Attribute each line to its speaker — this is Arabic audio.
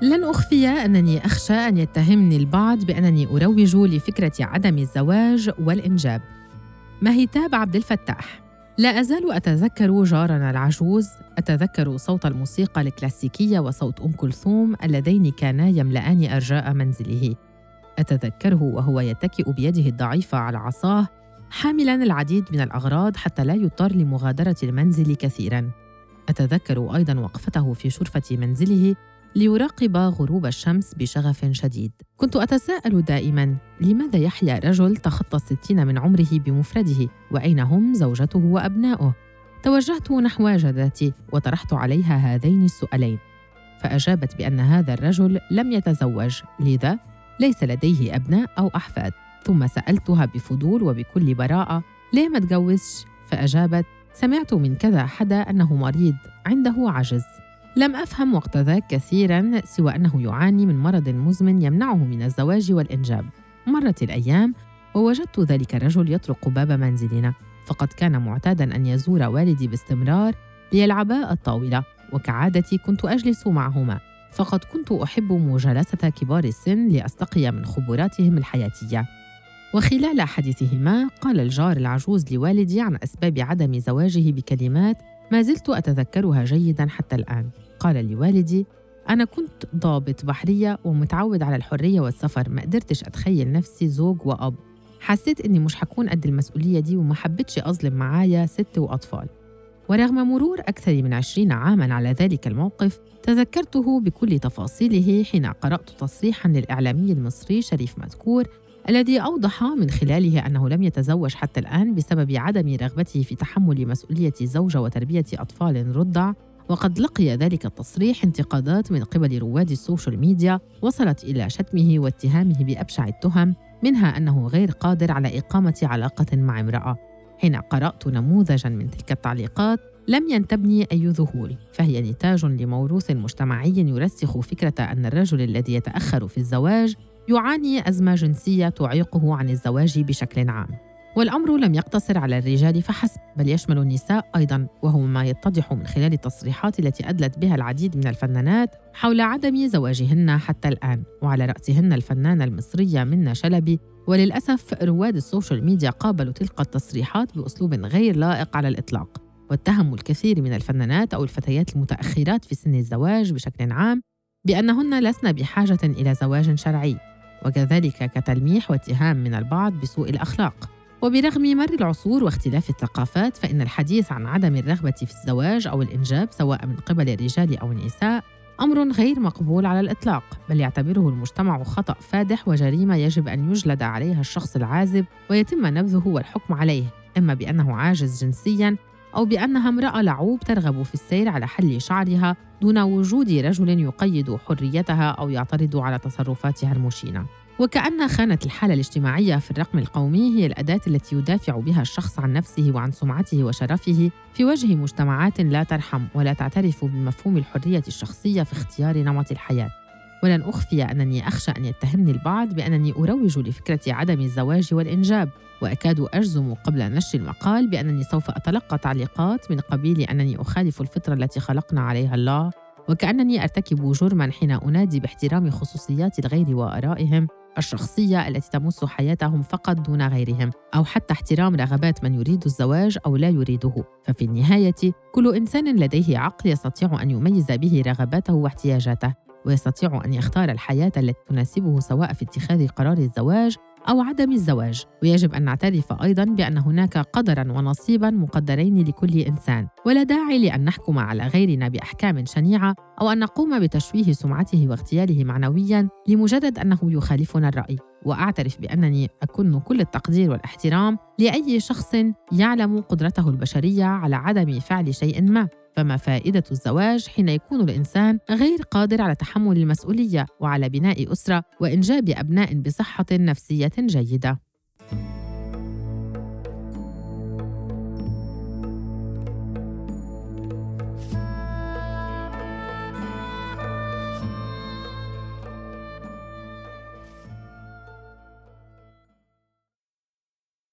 Speaker 1: لن أخفي أنني أخشى أن يتهمني البعض بأنني أروج لفكرة عدم الزواج والإنجاب. مهيتاب عبد الفتاح. لا أزال أتذكر جارنا العجوز، أتذكر صوت الموسيقى الكلاسيكية وصوت أم كلثوم اللذين كانا يملأان أرجاء منزله. أتذكره وهو يتكئ بيده الضعيفة على عصاه، حاملاً العديد من الأغراض حتى لا يضطر لمغادرة المنزل كثيراً. أتذكر أيضاً وقفته في شرفة منزله ليراقب غروب الشمس بشغف شديد. كنت أتساءل دائماً لماذا يحيا رجل تخطى 60 من عمره بمفرده؟ وأين هم زوجته وأبناؤه؟ توجهت نحو جدتي وطرحت عليها هذين السؤالين، فأجابت بأن هذا الرجل لم يتزوج، لذا ليس لديه أبناء أو أحفاد. ثم سألتها بفضول وبكل براءة: ليه ما تجوزش؟ فأجابت: سمعت من كذا حدا أنه مريض، عنده عجز. لم أفهم وقت ذاك كثيراً سوى أنه يعاني من مرض مزمن يمنعه من الزواج والإنجاب. مرت الأيام ووجدت ذلك الرجل يطرق باب منزلنا، فقد كان معتاداً أن يزور والدي باستمرار ليلعبا الطاولة، وكعادتي كنت أجلس معهما، فقد كنت أحب مجالسة كبار السن لأستقي من خبراتهم الحياتية. وخلال حديثهما قال الجار العجوز لوالدي عن أسباب عدم زواجه بكلمات ما زلت أتذكرها جيداً حتى الآن. قال لوالدي: أنا كنت ضابط بحرية ومتعود على الحرية والسفر، ما قدرتش أتخيل نفسي زوج وأب، حسيت إني مش حكون قد المسؤولية دي وما حبيتش أظلم معايا ست وأطفال. ورغم مرور أكثر من 20 عاماً على ذلك الموقف، تذكرته بكل تفاصيله حين قرأت تصريحاً للإعلامي المصري شريف مذكور الذي أوضح من خلاله أنه لم يتزوج حتى الآن بسبب عدم رغبته في تحمل مسؤولية زوجة وتربية أطفال رضع. وقد لقي ذلك التصريح انتقادات من قبل رواد السوشيال ميديا وصلت إلى شتمه واتهامه بأبشع التهم، منها أنه غير قادر على إقامة علاقة مع امرأة. حين قرأت نموذجاً من تلك التعليقات لم ينتابني أي ذهول، فهي نتاج لموروث مجتمعي يرسخ فكرة أن الرجل الذي يتأخر في الزواج يعاني أزمة جنسية تعيقه عن الزواج بشكل عام. والأمر لم يقتصر على الرجال فحسب، بل يشمل النساء أيضاً، وهو ما يتضح من خلال التصريحات التي أدلت بها العديد من الفنانات حول عدم زواجهن حتى الآن، وعلى رأسهن الفنانة المصرية منة شلبي. وللأسف رواد السوشيال ميديا قابلوا تلك التصريحات بأسلوب غير لائق على الإطلاق، واتهموا الكثير من الفنانات أو الفتيات المتأخرات في سن الزواج بشكل عام بأنهن لسن بحاجة إلى زواج شرعي، وكذلك كتلميح واتهام من البعض بسوء الأخلاق. وبرغم مر العصور واختلاف الثقافات، فإن الحديث عن عدم الرغبة في الزواج أو الإنجاب سواء من قبل الرجال أو النساء أمر غير مقبول على الإطلاق، بل يعتبره المجتمع خطأ فادح وجريمة يجب أن يجلد عليها الشخص العازب ويتم نبذه والحكم عليه، إما بأنه عاجز جنسياً أو بأنها امرأة لعوب ترغب في السير على حل شعرها دون وجود رجل يقيد حريتها أو يعترض على تصرفاتها المشينة. وكأن خانة الحالة الاجتماعية في الرقم القومي هي الأداة التي يدافع بها الشخص عن نفسه وعن سمعته وشرفه في وجه مجتمعات لا ترحم ولا تعترف بمفهوم الحرية الشخصية في اختيار نمط الحياة. ولن أخفي أنني أخشى أن يتهمني البعض بأنني أروج لفكرة عدم الزواج والإنجاب، وأكاد أجزم قبل نشر المقال بأنني سوف أتلقى تعليقات من قبيل أنني أخالف الفطرة التي خلقنا عليها الله، وكأنني أرتكب جرماً حين أنادي باحترام خصوصيات الغير وآرائهم الشخصية التي تمس حياتهم فقط دون غيرهم، أو حتى احترام رغبات من يريد الزواج أو لا يريده. ففي النهاية كل إنسان لديه عقل يستطيع أن يميز به رغباته واحتياجاته، ويستطيع أن يختار الحياة التي تناسبه سواء في اتخاذ قرار الزواج أو عدم الزواج. ويجب أن نعترف أيضاً بأن هناك قدراً ونصيباً مقدرين لكل إنسان، ولا داعي لأن نحكم على غيرنا بأحكام شنيعة أو أن نقوم بتشويه سمعته واغتياله معنوياً لمجرد أنه يخالفنا الرأي. وأعترف بأنني أكن كل التقدير والاحترام لأي شخص يعلم قدرته البشرية على عدم فعل شيء ما، فما فائدة الزواج حين يكون الإنسان غير قادر على تحمل المسؤولية وعلى بناء أسرة وإنجاب أبناء بصحة نفسية جيدة؟